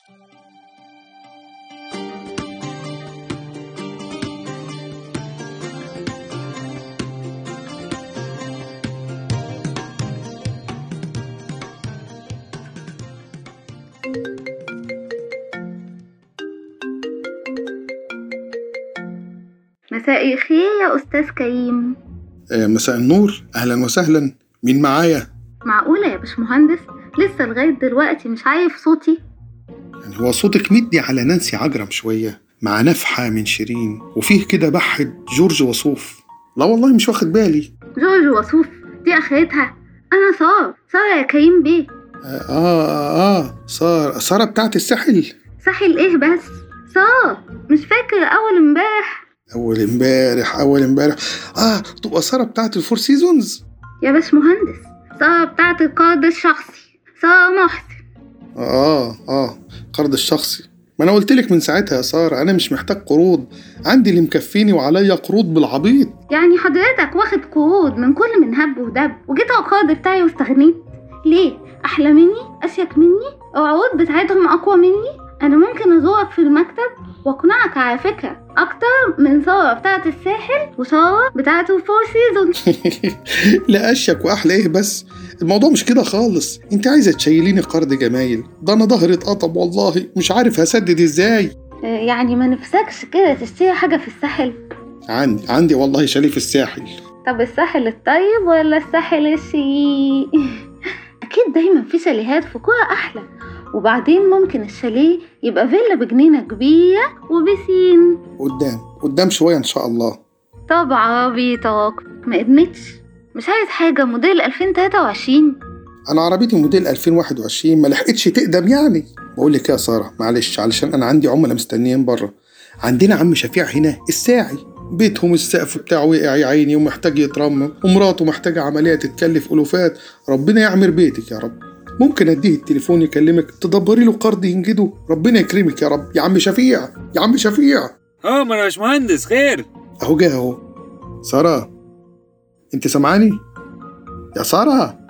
مساء الخير يا أستاذ كريم. مساء النور، أهلا وسهلا. مين معايا؟ معقولة يا باشمهندس لسه لغاية دلوقتي مش عارف صوتي؟ يعني هو صوتك مدي على نانسي عجرم شوية، مع نفحة من شيرين، وفيه كده بحة جورج وسوف. لا والله مش واخد بالي. جورج وسوف دي آخرتها. أنا سارة يا كريم بيه. سارة بتاعت الساحل. ساحل إيه بس؟ سارة مش فاكر أول امبارح تبقى سارة بتاعت الفور سيزونز يا باشمهندس. سارة بتاعت القرض الشخصي، سارة محسن. قرض الشخصي. ما أنا قلتلك من ساعتها يا سارة أنا مش محتاج قروض، عندي اللي مكفيني وعليا قروض بالعبيط. يعني حضرتك واخد قروض من كل من هب ودب وجيت على القرض بتاعي واستغنيت؟ ليه؟ أحلى مني؟ أشيك مني؟ العروض بتاعتهم أقوى مني؟ أنا ممكن أزورك في المكتب وأقنعك على فكرة أكتر من سارة بتاعت الساحل وسارة بتاعت الفور سيزون. لا أشيك وأحلى إيه بس؟ الموضوع مش كده خالص. أنت عايزة تشيليني قرض جمايل؟ ده أنا ظهري اتقطب والله، مش عارف هسدد إزاي. يعني ما نفسكش كده تشتري حاجة في الساحل؟ عندي والله شاليه في الساحل. طب الساحل الطيب ولا الساحل الشيق؟ أكيد دايما في شاليهات في قرى أحلى، وبعدين ممكن الشاليه يبقى فيلا بجنينة كبيرة وبسين قدام شوية إن شاء الله. طب عربيتك ما ادمتش؟ مش عايز حاجة موديل 2023؟ أنا عربيتي موديل 2021 ما لحقتش تقدم يعني. بقول لك يا سارة معلش، علشان أنا عندي عملاء مستنيين بره. عندنا عم شفيع هنا الساعي، بيتهم السقف بتاعه وقع يا عيني ومحتاج يترمم، ومراته محتاجة عملية تتكلف ألوفات. ربنا يعمر بيتك يا رب. ممكن أديه التليفون يكلمك تدبري له قرض ينجده. ربنا يكرمك يا رب يا عم شفيع. ما أنا مش مهندس خير أهو جه أهو. سارة أنت سمعاني يا سارة؟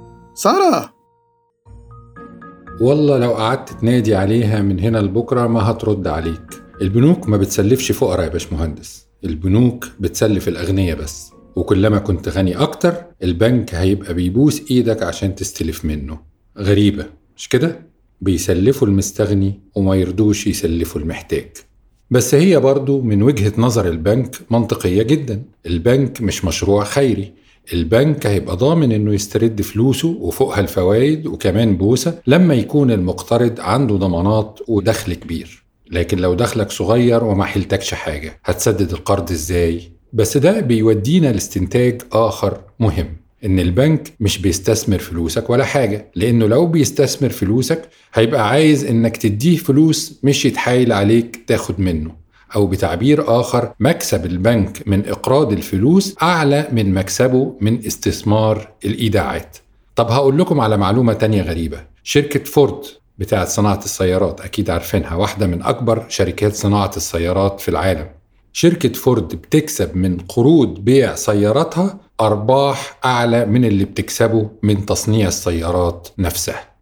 والله لو قعدت تنادي عليها من هنا لبكرة ما هترد عليك. البنوك ما بتسلفش فقراء يا باشمهندس، البنوك بتسلف الأغنياء بس، وكلما كنت غني أكتر البنك هيبقى بيبوس إيدك عشان تستلف منه. غريبة مش كده؟ بيسلفوا المستغني وما يردوش يسلفوا المحتاج. بس هي برضو من وجهة نظر البنك منطقية جدا. البنك مش مشروع خيري، البنك هيبقى ضامن انه يسترد فلوسه وفوقها الفوائد وكمان بوسة لما يكون المقترض عنده ضمانات ودخل كبير. لكن لو دخلك صغير وما حيلتكش حاجة هتسدد القرض ازاي؟ بس ده بيودينا لاستنتاج آخر مهم، إن البنك مش بيستثمر فلوسك ولا حاجة، لأنه لو بيستثمر فلوسك هيبقى عايز إنك تديه فلوس مش يتحايل عليك تاخد منه. أو بتعبير آخر، مكسب البنك من إقراض الفلوس أعلى من مكسبه من استثمار الإيداعات. طب هقول لكم على معلومة تانية غريبة. شركة فورد بتاعت صناعة السيارات، أكيد عارفينها، واحدة من أكبر شركات صناعة السيارات في العالم. شركة فورد بتكسب من قروض بيع سياراتها أرباح أعلى من اللي بتكسبه من تصنيع السيارات نفسها.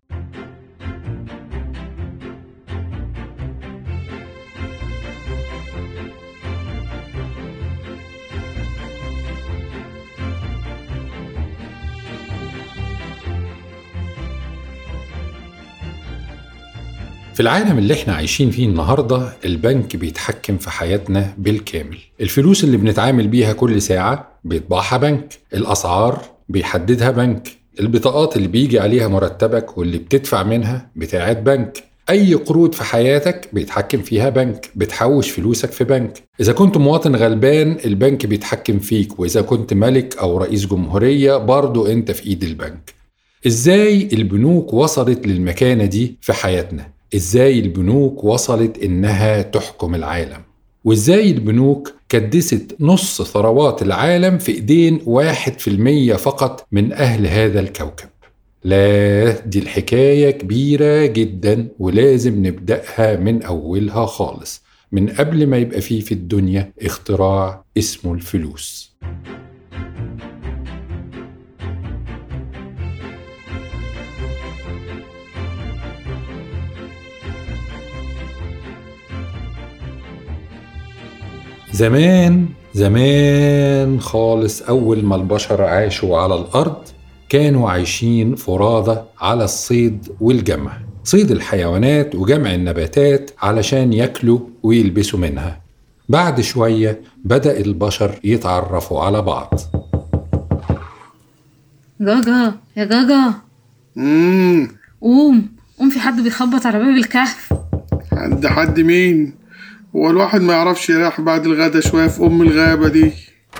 في العالم اللي احنا عايشين فيه النهاردة البنك بيتحكم في حياتنا بالكامل. الفلوس اللي بنتعامل بيها كل ساعة بيطبعها بنك، الأسعار بيحددها بنك، البطاقات اللي بيجي عليها مرتبك واللي بتدفع منها بتاعت بنك، أي قروض في حياتك بيتحكم فيها بنك، بتحوش فلوسك في بنك. إذا كنت مواطن غلبان البنك بيتحكم فيك، وإذا كنت ملك أو رئيس جمهورية برضو أنت في إيد البنك. إزاي البنوك وصلت للمكانة دي في حياتنا؟ إزاي البنوك وصلت إنها تحكم العالم؟ وإزاي البنوك كدست نص ثروات العالم في إيدين 1% فقط من أهل هذا الكوكب؟ لا، دي الحكاية كبيرة جدا ولازم نبدأها من أولها خالص، من قبل ما يبقى فيه في الدنيا اختراع اسمه الفلوس. زمان زمان خالص، أول ما البشر عاشوا على الأرض كانوا عايشين فرادى على الصيد والجمع، صيد الحيوانات وجمع النباتات علشان ياكلوا ويلبسوا منها. بعد شوية بدأ البشر يتعرفوا على بعض. جاجا يا جاجا، قوم في حد بيخبط على باب الكهف. حد مين؟ هو الواحد ما يعرفش يريح بعد الغدا شوية في الغابة دي؟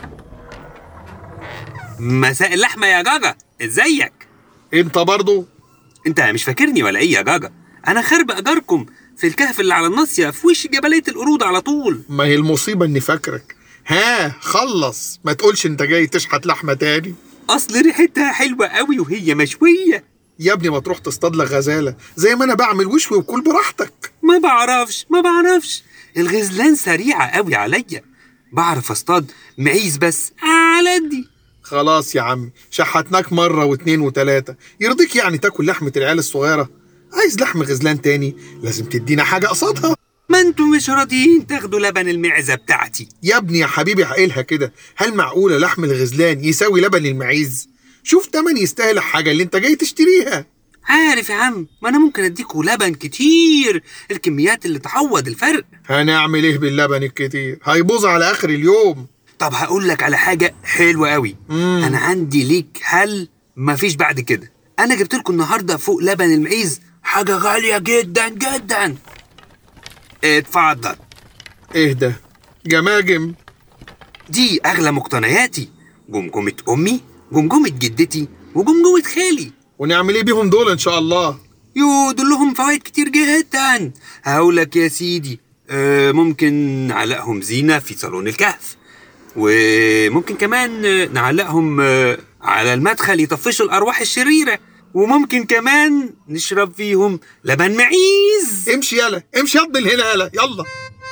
مساء اللحمة يا جاجا، ازيك؟ انت برضو؟ انت مش فاكرني ولا ايه يا جاجا؟ انا خرب اجاركم في الكهف اللي على الناصية في وش جبلية القرود على طول. ما هي المصيبة اني فاكرك. خلص، ما تقولش انت جاي تشحت لحمة تاني. اصل ريحتها حلوة قوي وهي مشوية. يا ابني ما تروح تصطاد لك غزالة زي ما انا بعمل، وشوي وكل براحتك. ما بعرفش الغزلان سريعة قوي عليا، بعرف اصطاد معيز بس على قدي. خلاص يا عمي، شحتناك مرة واتنين وتلاتة، يرضيك يعني تاكل لحمة العيال الصغيرة؟ عايز لحم غزلان تاني لازم تدينا حاجة قصادها. ما انتوا مش راضيين تاخدوا لبن المعزة بتاعتي. يا ابني يا حبيبي عقلها كده، هل معقولة لحم الغزلان يساوي لبن المعيز؟ شوف تمن يستاهل الحاجة اللي انت جاي تشتريها. عارف يا عم، ما انا ممكن اديكوا لبن كتير، الكميات اللي تعوض الفرق. هنعمل ايه باللبن الكتير؟ هيبوظ على اخر اليوم. طب هقول لك على حاجة حلوة قوي. انا عندي ليك حل مفيش بعد كده. انا جبت لكم النهاردة فوق لبن المعيز حاجة غالية جدا جدا. اتفضل. ايه ده؟ جماجم؟ دي اغلى مقتنياتي، جمجمة امي، جمجمة جدتي، وجمجمة خالي. ونعمل ايه بيهم دول ان شاء الله؟ دول لهم فوائد كتير جدا. هقولك يا سيدي، ممكن نعلقهم زينة في صالون الكهف، وممكن كمان نعلقهم على المدخل يطفشوا الأرواح الشريرة، وممكن كمان نشرب فيهم لبن معيز. امشي يلا، امشي يض من هنا يلا.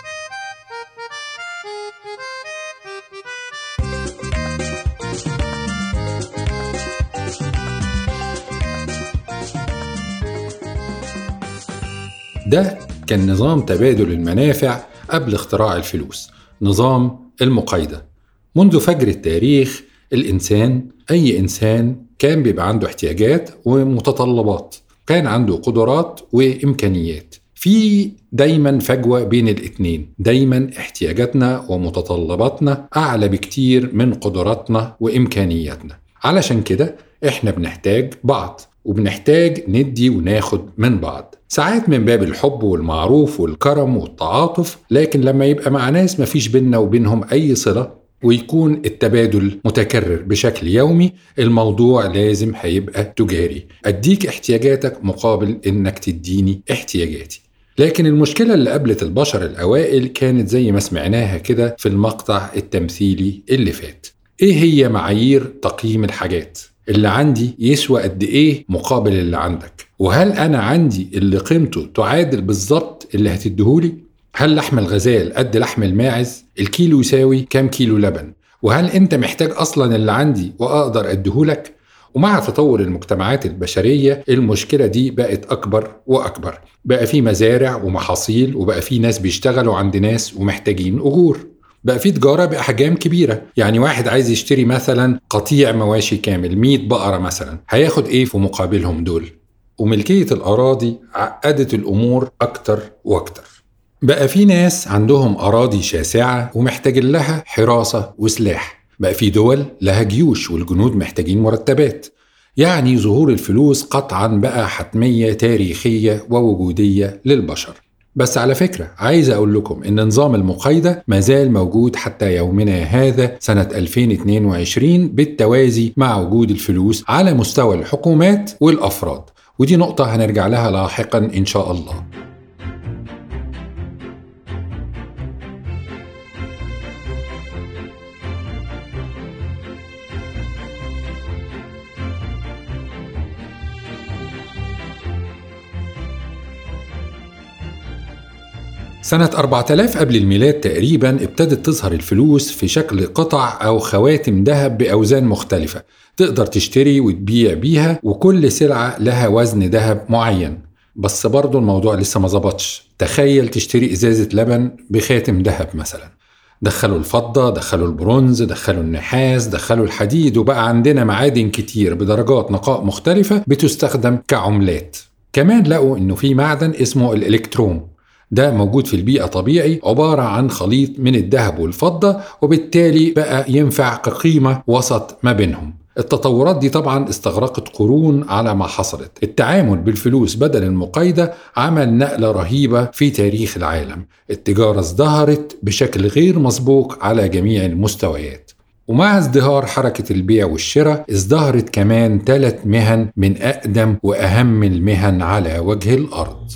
ده كان نظام تبادل المنافع قبل اختراع الفلوس، نظام المقايضة. منذ فجر التاريخ الإنسان، أي إنسان كان بيبقى عنده احتياجات ومتطلبات، كان عنده قدرات وإمكانيات. في دايما فجوة بين الاتنين، دايما احتياجاتنا ومتطلباتنا أعلى بكتير من قدراتنا وإمكانياتنا. علشان كده احنا بنحتاج بعض، وبنحتاج ندي وناخد من بعض، ساعات من باب الحب والمعروف والكرم والتعاطف. لكن لما يبقى مع ناس مفيش بيننا وبينهم أي صلة، ويكون التبادل متكرر بشكل يومي، الموضوع لازم هيبقى تجاري، أديك احتياجاتك مقابل إنك تديني احتياجاتي. لكن المشكلة اللي قابلت البشر الأوائل كانت زي ما سمعناها كده في المقطع التمثيلي اللي فات. إيه هي معايير تقييم الحاجات؟ اللي عندي يسوى قد إيه مقابل اللي عندك؟ وهل أنا عندي اللي قيمته تعادل بالظبط اللي هتديهولي؟ هل لحم الغزال قد لحم الماعز؟ الكيلو يساوي كام كيلو لبن؟ وهل أنت محتاج أصلا اللي عندي وأقدر أديهولك؟ ومع تطور المجتمعات البشرية المشكلة دي بقت أكبر وأكبر، بقى في مزارع ومحاصيل، وبقى في ناس بيشتغلوا عند ناس ومحتاجين أجور، بقى في تجارة بأحجام كبيرة. يعني واحد عايز يشتري مثلا قطيع مواشي كامل 100 بقرة مثلا، هياخد إيه في مقابلهم دول؟ وملكية الأراضي عقدت الأمور أكتر وأكتر. بقى في ناس عندهم أراضي شاسعة ومحتاجين لها حراسة وسلاح، بقى في دول لها جيوش والجنود محتاجين مرتبات. يعني ظهور الفلوس قطعا بقى حتمية تاريخية ووجودية للبشر. بس على فكرة عايز أقول لكم إن نظام المقايضة مازال موجود حتى يومنا هذا سنة 2022 بالتوازي مع وجود الفلوس على مستوى الحكومات والأفراد، ودي نقطة هنرجع لها لاحقا إن شاء الله. سنة 4000 قبل الميلاد تقريبا ابتدت تظهر الفلوس في شكل قطع أو خواتم ذهب بأوزان مختلفة، تقدر تشتري وتبيع بيها، وكل سلعة لها وزن ذهب معين. بس برضو الموضوع لسه ما ظبطش. تخيل تشتري إزازة لبن بخاتم ذهب مثلا، دخلوا الفضة، دخلوا البرونز، دخلوا النحاس، دخلوا الحديد، وبقى عندنا معادن كتير بدرجات نقاء مختلفة بتستخدم كعملات. كمان لقوا إنه في معدن اسمه الإلكتروم، ده موجود في البيئة طبيعي، عبارة عن خليط من الذهب والفضة، وبالتالي بقى ينفع كقيمة وسط ما بينهم. التطورات دي طبعا استغرقت قرون على ما حصلت. التعامل بالفلوس بدل المقايضة عمل نقلة رهيبة في تاريخ العالم. التجارة ازدهرت بشكل غير مسبوق على جميع المستويات، ومع ازدهار حركة البيع والشراء ازدهرت كمان 3 مهن من أقدم وأهم المهن على وجه الأرض.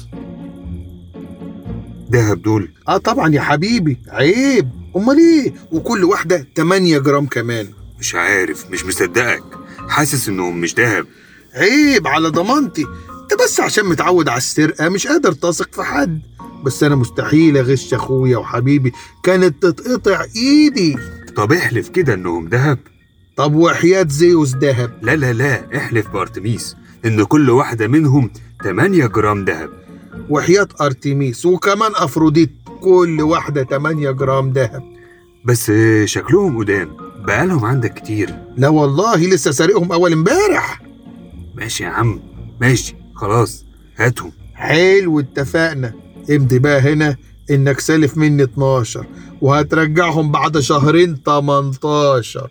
دهب دول؟ طبعا يا حبيبي، عيب. امال ايه؟ وكل واحدة 8 جرام كمان. مش عارف، مش مصدقك، حاسس انهم مش دهب. عيب على ضمانتي. انت بس عشان متعود على السرقة مش قادر تثق في حد. بس انا مستحيل اغش اخويا وحبيبي، كانت تتقطع ايدي. طب احلف كده انهم دهب. طب وحياة زيوس دهب؟ لا لا لا، احلف بارتميس ان كل واحدة منهم 8 جرام دهب. وحياة ارتميس وكمان افروديت، كل واحدة 8 جرام دهب. بس شكلهم قدام، بقالهم عندك كتير. لا والله، لسه سارقهم اول امبارح. ماشي يا عم، ماشي خلاص، هاتهم. حلو، اتفقنا. امضي بقى هنا انك سالف مني 12 وهترجعهم بعد شهرين 18.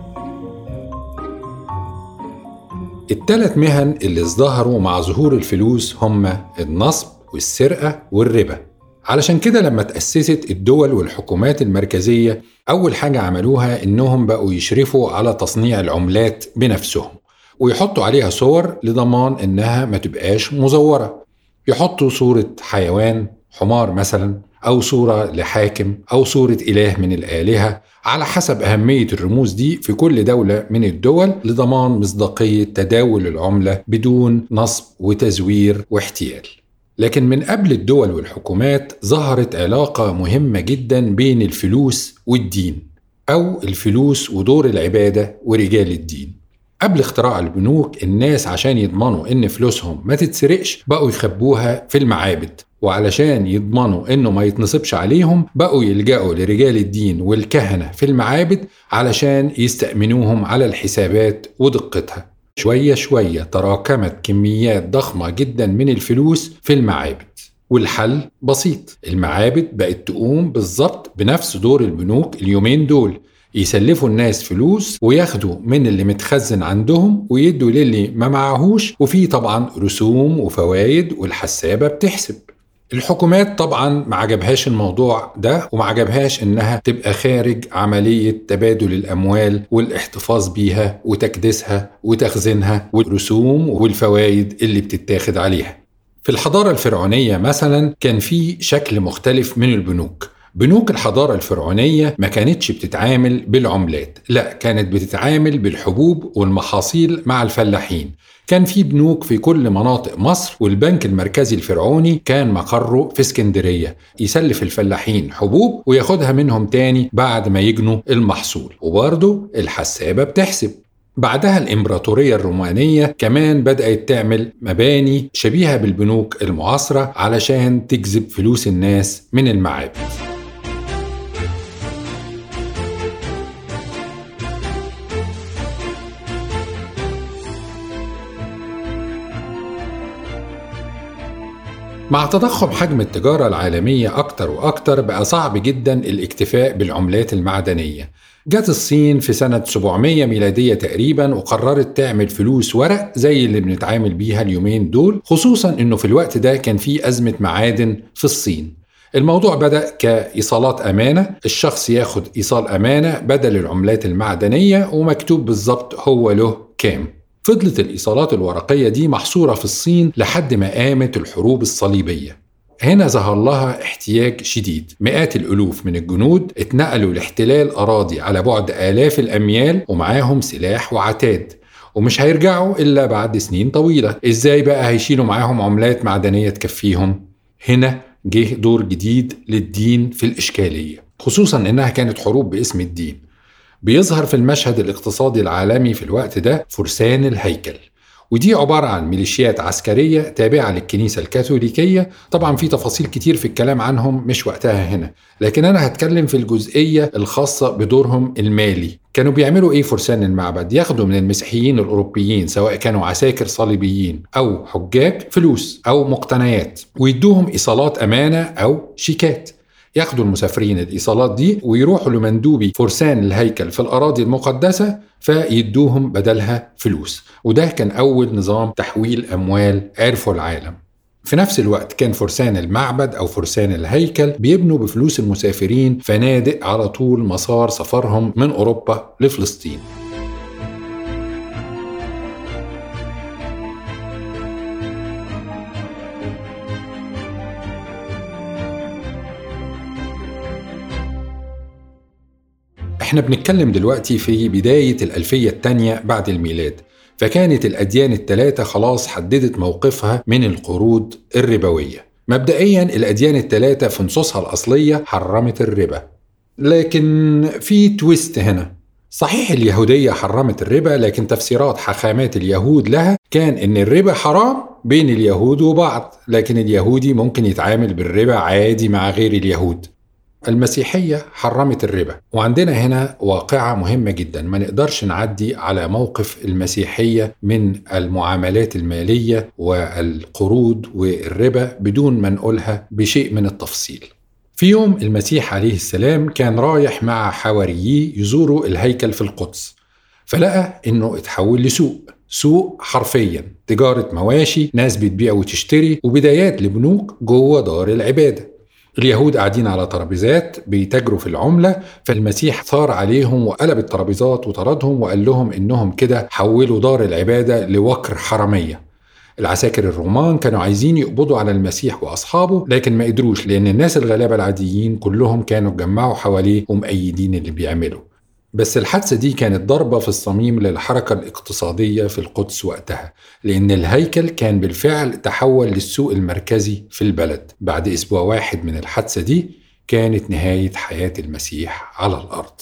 ال3 مهن اللي ازدهروا مع ظهور الفلوس هما النصب والسرقة والربا. علشان كده لما تأسست الدول والحكومات المركزية، أول حاجة عملوها إنهم بقوا يشرفوا على تصنيع العملات بنفسهم، ويحطوا عليها صور لضمان إنها ما تبقاش مزورة. يحطوا صورة حيوان، حمار مثلا، أو صورة لحاكم، أو صورة إله من الآلهة، على حسب أهمية الرموز دي في كل دولة من الدول، لضمان مصداقية تداول العملة بدون نصب وتزوير واحتيال. لكن من قبل الدول والحكومات ظهرت علاقة مهمة جدا بين الفلوس والدين، أو الفلوس ودور العبادة ورجال الدين. قبل اختراع البنوك، الناس عشان يضمنوا إن فلوسهم ما تتسرقش بقوا يخبوها في المعابد، وعلشان يضمنوا إنه ما يتنصبش عليهم بقوا يلجأوا لرجال الدين والكهنة في المعابد علشان يستأمنوهم على الحسابات ودقتها. شوية شوية تراكمت كميات ضخمة جدا من الفلوس في المعابد، والحل بسيط. المعابد بقت تقوم بالضبط بنفس دور البنوك اليومين دول، يسلفوا الناس فلوس وياخدوا من اللي متخزن عندهم ويدوا للي ما معهوش، وفي طبعا رسوم وفوائد والحسابة بتحسب. الحكومات طبعا ما عجبهاش الموضوع ده، وما عجبهاش انها تبقى خارج عملية تبادل الاموال والاحتفاظ بيها وتكديسها وتخزينها والرسوم والفوائد اللي بتتاخد عليها. في الحضارة الفرعونية مثلا كان في شكل مختلف من البنوك. بنوك الحضارة الفرعونية ما كانتش بتتعامل بالعملات، لا، كانت بتتعامل بالحبوب والمحاصيل مع الفلاحين. كان في بنوك في كل مناطق مصر، والبنك المركزي الفرعوني كان مقره في اسكندرية، يسلف الفلاحين حبوب وياخدها منهم تاني بعد ما يجنوا المحصول، وبرضه الحسابة بتحسب. بعدها الإمبراطورية الرومانية كمان بدأت تعمل مباني شبيهة بالبنوك المعاصرة علشان تجذب فلوس الناس من المعابد. مع تضخم حجم التجارة العالمية أكتر وأكتر بقى صعب جدا الاكتفاء بالعملات المعدنية. جت الصين في سنة 700 ميلادية تقريبا وقررت تعمل فلوس ورق زي اللي بنتعامل بيها اليومين دول، خصوصا انه في الوقت ده كان في أزمة معادن في الصين. الموضوع بدأ كإيصالات أمانة، الشخص ياخد إيصال أمانة بدل العملات المعدنية ومكتوب بالضبط هو له كام. فضلت الإيصالات الورقية دي محصورة في الصين لحد ما قامت الحروب الصليبية. هنا ظهر لها احتياج شديد، مئات الألوف من الجنود اتنقلوا لاحتلال أراضي على بعد آلاف الأميال ومعاهم سلاح وعتاد، ومش هيرجعوا إلا بعد سنين طويلة. إزاي بقى هيشيلوا معاهم عملات معدنية تكفيهم؟ هنا جه دور جديد للدين في الإشكالية، خصوصا إنها كانت حروب باسم الدين. بيظهر في المشهد الاقتصادي العالمي في الوقت ده فرسان الهيكل، ودي عبارة عن ميليشيات عسكرية تابعة للكنيسة الكاثوليكية. طبعا في تفاصيل كتير في الكلام عنهم مش وقتها هنا، لكن أنا هتكلم في الجزئية الخاصة بدورهم المالي. كانوا بيعملوا إيه فرسان المعبد؟ ياخدوا من المسيحيين الأوروبيين سواء كانوا عساكر صليبيين أو حجاج فلوس أو مقتنيات، ويدوهم إيصالات أمانة أو شيكات. ياخدوا المسافرين الإيصالات دي ويروحوا لمندوبي فرسان الهيكل في الأراضي المقدسة فيدوهم بدلها فلوس. وده كان أول نظام تحويل أموال عرفه العالم. في نفس الوقت كان فرسان المعبد أو فرسان الهيكل بيبنوا بفلوس المسافرين فنادق على طول مسار سفرهم من أوروبا لفلسطين. احنا بنتكلم دلوقتي في بداية الألفية الثانية بعد الميلاد، فكانت الأديان الثلاثة خلاص حددت موقفها من القروض الربوية. مبدئيا الأديان الثلاثة في نصوصها الأصلية حرمت الربا، لكن في تويست هنا. صحيح اليهودية حرمت الربا، لكن تفسيرات حاخامات اليهود لها كان إن الربا حرام بين اليهود وبعض، لكن اليهودي ممكن يتعامل بالربا عادي مع غير اليهود. المسيحية حرمت الربا، وعندنا هنا واقعة مهمة جدا ما نقدرش نعدي على موقف المسيحية من المعاملات المالية والقروض والربا بدون ما نقولها بشيء من التفصيل. في يوم المسيح عليه السلام كان رايح مع حوارييه يزوروا الهيكل في القدس، فلقى إنه اتحول لسوق حرفيا، تجارة مواشي، ناس بتبيع وتشتري، وبدايات لبنوك جوه دار العبادة. اليهود قاعدين على ترابيزات بيتاجروا في العملة، فالمسيح ثار عليهم وقلب الترابيزات وطردهم وقال لهم إنهم كده حولوا دار العبادة لوكر حرمية. العساكر الرومان كانوا عايزين يقبضوا على المسيح وأصحابه، لكن ما قدروش لأن الناس الغلابة العاديين كلهم كانوا اتجمعوا حواليه ومؤيدين اللي بيعمله. بس الحادثة دي كانت ضربة في الصميم للحركة الاقتصادية في القدس وقتها، لأن الهيكل كان بالفعل تحول للسوق المركزي في البلد. بعد أسبوع واحد من الحادثة دي كانت نهاية حياة المسيح على الأرض.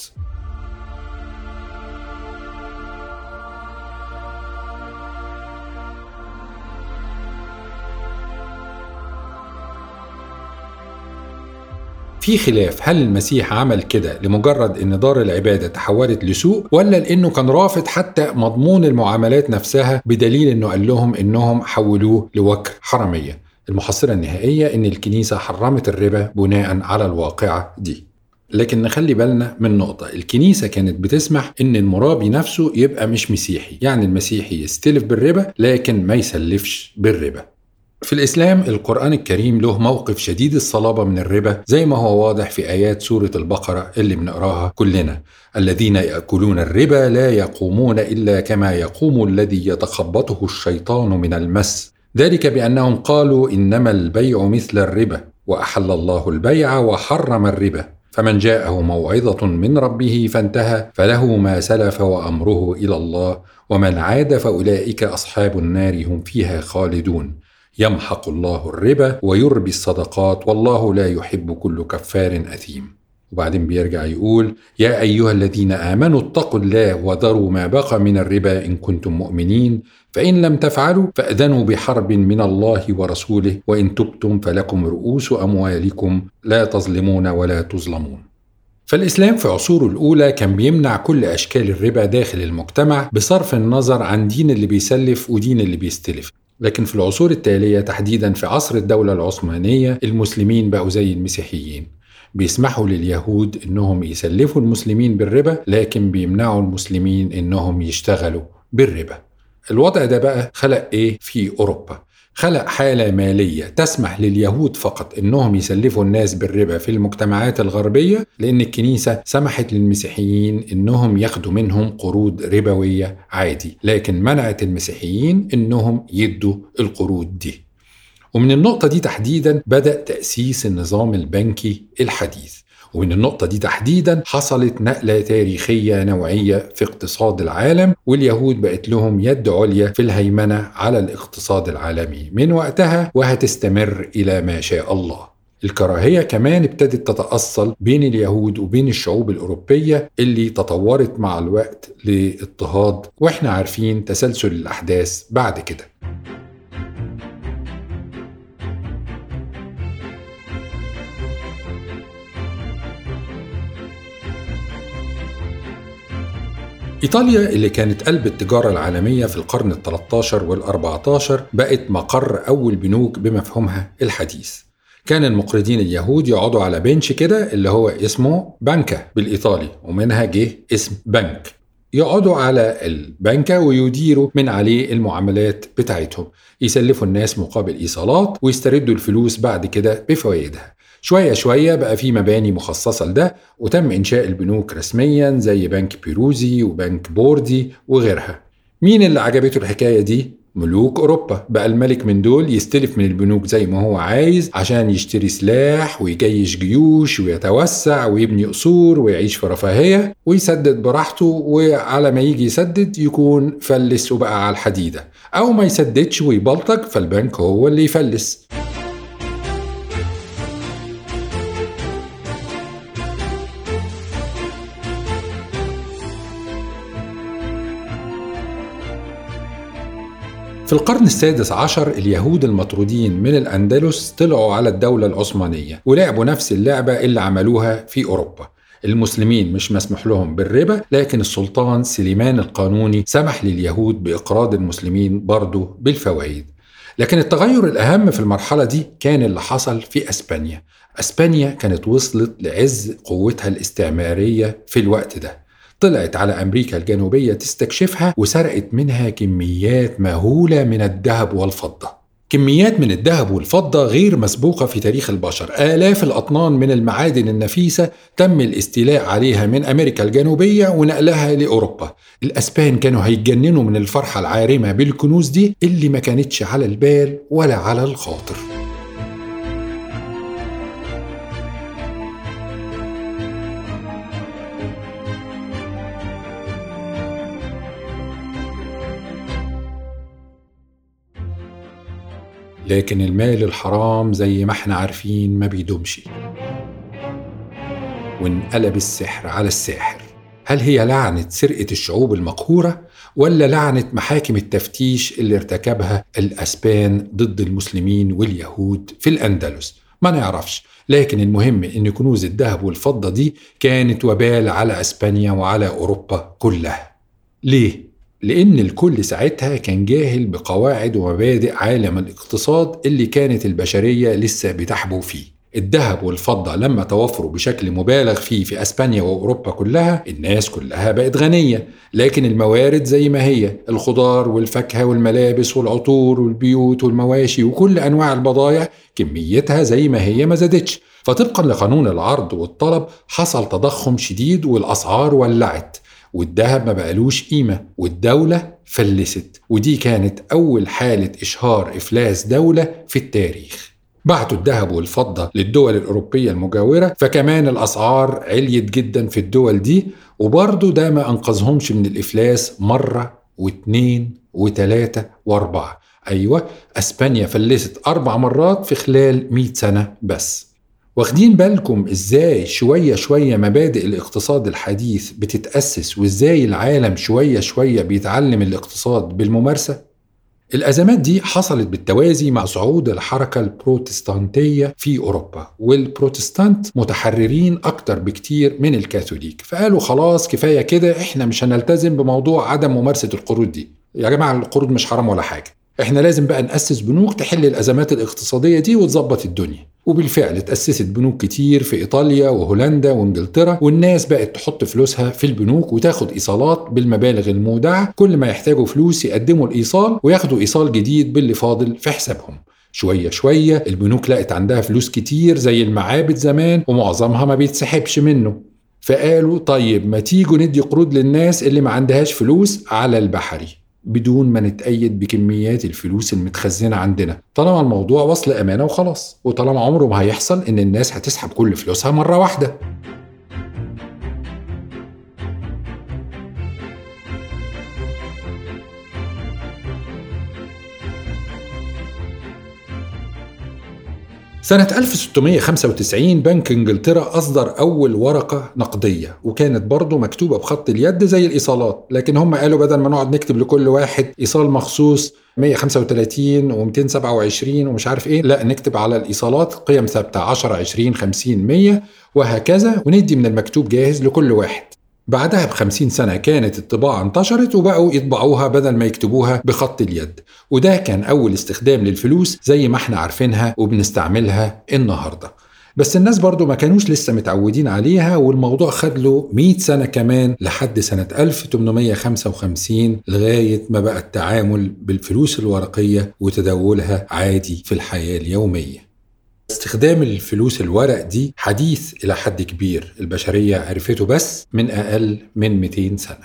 في خلاف هل المسيح عمل كده لمجرد ان دار العبادة تحولت لسوق، ولا لانه كان رافض حتى مضمون المعاملات نفسها بدليل انه قال لهم انهم حولوه لوكر حرمية. المحصلة النهائية ان الكنيسة حرمت الربا بناء على الواقعة دي. لكن نخلي بالنا من نقطة، الكنيسة كانت بتسمح ان المرابي نفسه يبقى مش مسيحي، يعني المسيحي يستلف بالربا لكن ما يسلفش بالربا. في الإسلام القرآن الكريم له موقف شديد الصلابة من الربا، زي ما هو واضح في آيات سورة البقرة اللي بنقراها كلنا: الذين يأكلون الربا لا يقومون إلا كما يقوم الذي يتخبطه الشيطان من المس، ذلك بأنهم قالوا إنما البيع مثل الربا وأحل الله البيع وحرم الربا، فمن جاءه موعظة من ربه فانتهى فله ما سلف وأمره إلى الله ومن عاد فأولئك أصحاب النار هم فيها خالدون، يمحق الله الربا ويربي الصدقات والله لا يحب كل كفار أثيم. وبعدين بيرجع يقول: يا أيها الذين آمنوا اتقوا الله وذروا ما بقى من الربا إن كنتم مؤمنين، فإن لم تفعلوا فأذنوا بحرب من الله ورسوله وإن تبتم فلكم رؤوس أموالكم لا تظلمون ولا تظلمون. فالإسلام في عصوره الأولى كان بيمنع كل أشكال الربا داخل المجتمع بصرف النظر عن دين اللي بيسلف ودين اللي بيستلف. لكن في العصور التالية تحديدا في عصر الدولة العثمانية المسلمين بقوا زي المسيحيين، بيسمحوا لليهود إنهم يسلفوا المسلمين بالربا لكن بيمنعوا المسلمين إنهم يشتغلوا بالربا. الوضع ده بقى خلق إيه في أوروبا؟ خلق حالة مالية تسمح لليهود فقط إنهم يسلفوا الناس بالربا في المجتمعات الغربية، لأن الكنيسة سمحت للمسيحيين إنهم ياخدوا منهم قروض ربوية عادي، لكن منعت المسيحيين إنهم يدوا القروض دي. ومن النقطة دي تحديدا بدأ تأسيس النظام البنكي الحديث، ومن النقطة دي تحديدا حصلت نقلة تاريخية نوعية في اقتصاد العالم، واليهود بقت لهم يد عليا في الهيمنة على الاقتصاد العالمي من وقتها وهتستمر إلى ما شاء الله. الكراهية كمان ابتدت تتأصل بين اليهود وبين الشعوب الأوروبية اللي تطورت مع الوقت لاضطهاد، وإحنا عارفين تسلسل الأحداث بعد كده. إيطاليا اللي كانت قلب التجارة العالمية في القرن ال13 وال14 بقت مقر أول بنوك بمفهومها الحديث. كان المقرضين اليهود يقعدوا على بنش كده اللي هو اسمه بانكا بالإيطالي، ومنها جه اسم بنك. يقعدوا على البنكة ويديروا من عليه المعاملات بتاعتهم، يسلفوا الناس مقابل إيصالات ويستردوا الفلوس بعد كده بفوائدها. شوية شوية بقى في مباني مخصصة لده، وتم إنشاء البنوك رسميا زي بنك بيروزي وبنك بوردي وغيرها. مين اللي عجبته الحكاية دي؟ ملوك أوروبا. بقى الملك من دول يستلف من البنوك زي ما هو عايز عشان يشتري سلاح ويجيش جيوش ويتوسع ويبني قصور ويعيش في رفاهية ويسدد براحته، وعلى ما يجي يسدد يكون فلس وبقى على الحديدة، أو ما يسددش ويبلطج فالبنك هو اللي يفلس. في القرن السادس عشر اليهود المطرودين من الأندلس طلعوا على الدولة العثمانية ولعبوا نفس اللعبة اللي عملوها في أوروبا. المسلمين مش مسموح لهم بالربا، لكن السلطان سليمان القانوني سمح لليهود بإقراض المسلمين برضه بالفوائد. لكن التغير الأهم في المرحلة دي كان اللي حصل في أسبانيا. أسبانيا كانت وصلت لعز قوتها الاستعمارية في الوقت ده، طلعت على أمريكا الجنوبية تستكشفها وسرقت منها كميات مهولة من الذهب والفضة. كميات من الذهب والفضة غير مسبوقة في تاريخ البشر. آلاف الأطنان من المعادن النفيسة تم الاستيلاء عليها من أمريكا الجنوبية ونقلها لأوروبا. الأسبان كانوا هيتجننوا من الفرحة العارمة بالكنوز دي اللي ما كانتش على البال ولا على الخاطر. لكن المال الحرام زي ما احنا عارفين ما بيدومش، وانقلب السحر على الساحر. هل هي لعنة سرقة الشعوب المقهورة، ولا لعنة محاكم التفتيش اللي ارتكبها الأسبان ضد المسلمين واليهود في الأندلس؟ ما نعرفش، لكن المهم إن كنوز الذهب والفضة دي كانت وبال على أسبانيا وعلى أوروبا كلها. ليه؟ لأن الكل ساعتها كان جاهل بقواعد ومبادئ عالم الاقتصاد اللي كانت البشرية لسه بتحبو فيه. الذهب والفضة لما توفروا بشكل مبالغ فيه في أسبانيا وأوروبا كلها، الناس كلها بقت غنية، لكن الموارد زي ما هي، الخضار والفاكهة والملابس والعطور والبيوت والمواشي وكل أنواع البضائع كميتها زي ما هي ما زادتش. فطبقا لقانون العرض والطلب حصل تضخم شديد والأسعار ولعت، والذهب ما بقالوش قيمة والدولة فلست. ودي كانت أول حالة إشهار إفلاس دولة في التاريخ. بعتوا الذهب والفضة للدول الأوروبية المجاورة، فكمان الأسعار عليت جدا في الدول دي، وبرضو ده ما أنقذهمش من الإفلاس مرة واثنين وثلاثة واربعة. أيوة، أسبانيا فلست 4 مرات في خلال 100 سنة بس. واخدين بالكم إزاي شوية شوية مبادئ الاقتصاد الحديث بتتأسس، وإزاي العالم شوية شوية بيتعلم الاقتصاد بالممارسة؟ الأزمات دي حصلت بالتوازي مع صعود الحركة البروتستانتية في أوروبا، والبروتستانت متحررين أكتر بكتير من الكاثوليك، فقالوا خلاص كفاية كده، إحنا مش هنلتزم بموضوع عدم ممارسة القروض دي. يا جماعة القروض مش حرام ولا حاجة، إحنا لازم بقى نأسس بنوك تحل الأزمات الاقتصادية دي وتظبط الدنيا. وبالفعل تأسست بنوك كتير في إيطاليا وهولندا وإنجلترا، والناس بقت تحط فلوسها في البنوك وتاخد إيصالات بالمبالغ المودعة. كل ما يحتاجوا فلوس يقدموا الإيصال وياخدوا إيصال جديد باللي فاضل في حسابهم. شوية شوية البنوك لقت عندها فلوس كتير زي المعابد زمان، ومعظمها ما بيتسحبش منه. فقالوا طيب ما تيجوا ندي قروض للناس اللي ما عندهاش فلوس على البحري، بدون ما نتأيد بكميات الفلوس المتخزنة عندنا، طالما الموضوع وصل أمانة وخلاص، وطالما عمره ما هيحصل إن الناس هتسحب كل فلوسها مرة واحدة. سنة 1695 بنك إنجلترا أصدر أول ورقة نقدية، وكانت برضو مكتوبة بخط اليد زي الإيصالات، لكن هم قالوا بدل ما نقعد نكتب لكل واحد إيصال مخصوص 135 و227 ومش عارف إيه، لا نكتب على الإيصالات قيم ثابتة 10 20 50 100 وهكذا، وندي من المكتوب جاهز لكل واحد. بعدها ب50 سنة كانت الطباعة انتشرت وبقوا يطبعوها بدل ما يكتبوها بخط اليد، وده كان أول استخدام للفلوس زي ما احنا عارفينها وبنستعملها النهاردة. بس الناس برضو ما كانوش لسه متعودين عليها، والموضوع خد له 100 سنة كمان لحد سنة 1855 لغاية ما بقى التعامل بالفلوس الورقية وتداولها عادي في الحياة اليومية. استخدام الفلوس الورق دي حديث إلى حد كبير، البشرية عرفته بس من أقل من 200 سنة.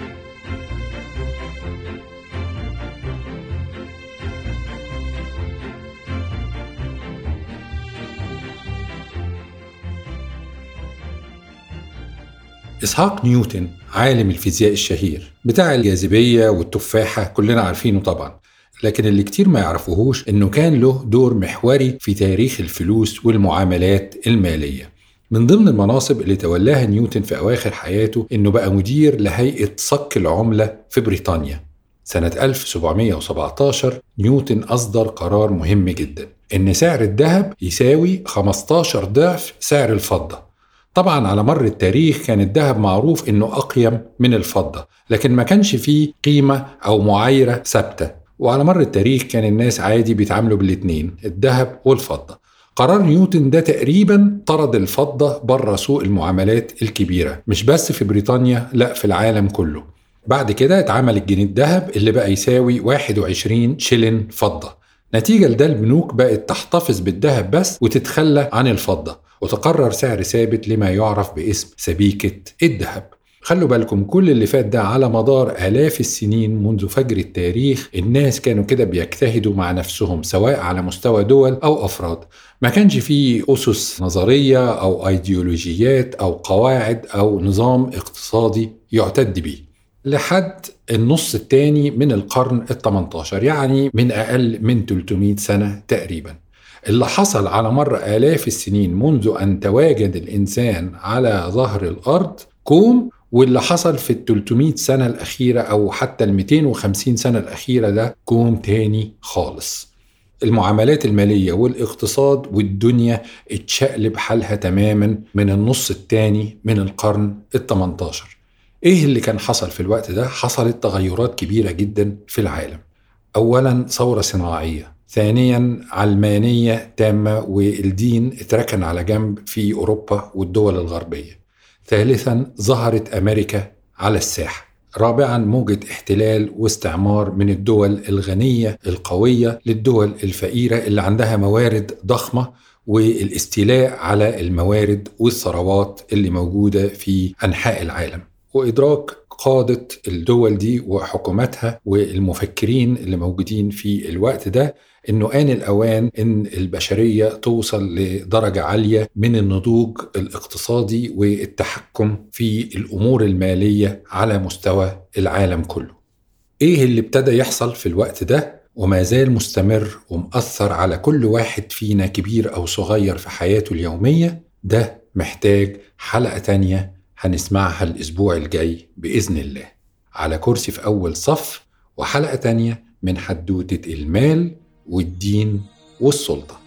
إسحاق نيوتن عالم الفيزياء الشهير بتاع الجاذبية والتفاحة كلنا عارفينه طبعا، لكن اللي كتير ما يعرفوهوش إنه كان له دور محوري في تاريخ الفلوس والمعاملات المالية. من ضمن المناصب اللي تولاها نيوتن في أواخر حياته إنه بقى مدير لهيئة صك العملة في بريطانيا. سنة 1717 نيوتن أصدر قرار مهم جدا، إن سعر الذهب يساوي 15 ضعف سعر الفضة. طبعا على مر التاريخ كان الذهب معروف إنه أقيم من الفضة، لكن ما كانش فيه قيمة أو معايرة ثابتة، وعلى مر التاريخ كان الناس عادي بيتعاملوا بالاتنين، الذهب والفضة. قرار نيوتن ده تقريبا طرد الفضة بره سوق المعاملات الكبيرة، مش بس في بريطانيا، لا في العالم كله. بعد كده اتعمل الجنيه الذهب اللي بقى يساوي 21 شلن فضة. نتيجة لده البنوك بقت تحتفظ بالذهب بس وتتخلى عن الفضة، وتقرر سعر ثابت لما يعرف باسم سبيكة الذهب. خلوا بالكم كل اللي فات ده على مدار آلاف السنين منذ فجر التاريخ الناس كانوا كده بيجتهدوا مع نفسهم، سواء على مستوى دول أو أفراد. ما كانش فيه أسس نظرية أو أيديولوجيات أو قواعد أو نظام اقتصادي يعتد به لحد النص الثاني من القرن ال18، يعني من أقل من 300 سنة تقريبا. اللي حصل على مر آلاف السنين منذ أن تواجد الإنسان على ظهر الأرض كوم، واللي حصل في 300 سنة الأخيرة أو حتى 250 سنة الأخيرة ده كوم تاني خالص. المعاملات المالية والاقتصاد والدنيا اتشقلب حالها تماما من النص الثاني من القرن ال18. إيه اللي كان حصل في الوقت ده؟ حصلت تغيرات كبيرة جدا في العالم. أولا ثورة صناعية، ثانيا علمانية تامة والدين اتركن على جنب في أوروبا والدول الغربية، ثالثا ظهرت أمريكا على الساحة، رابعا موجة احتلال واستعمار من الدول الغنية القوية للدول الفقيرة اللي عندها موارد ضخمة، والاستيلاء على الموارد والثروات اللي موجودة في أنحاء العالم، وإدراك قادة الدول دي وحكوماتها والمفكرين اللي موجودين في الوقت ده إنه آن الأوان إن البشرية توصل لدرجة عالية من النضوج الاقتصادي والتحكم في الأمور المالية على مستوى العالم كله. إيه اللي ابتدى يحصل في الوقت ده وما زال مستمر ومؤثر على كل واحد فينا كبير أو صغير في حياته اليومية؟ ده محتاج حلقة تانية هنسمعها الأسبوع الجاي بإذن الله على كرسي في أول صف، وحلقة تانية من حدوتة المال والدين والسلطة.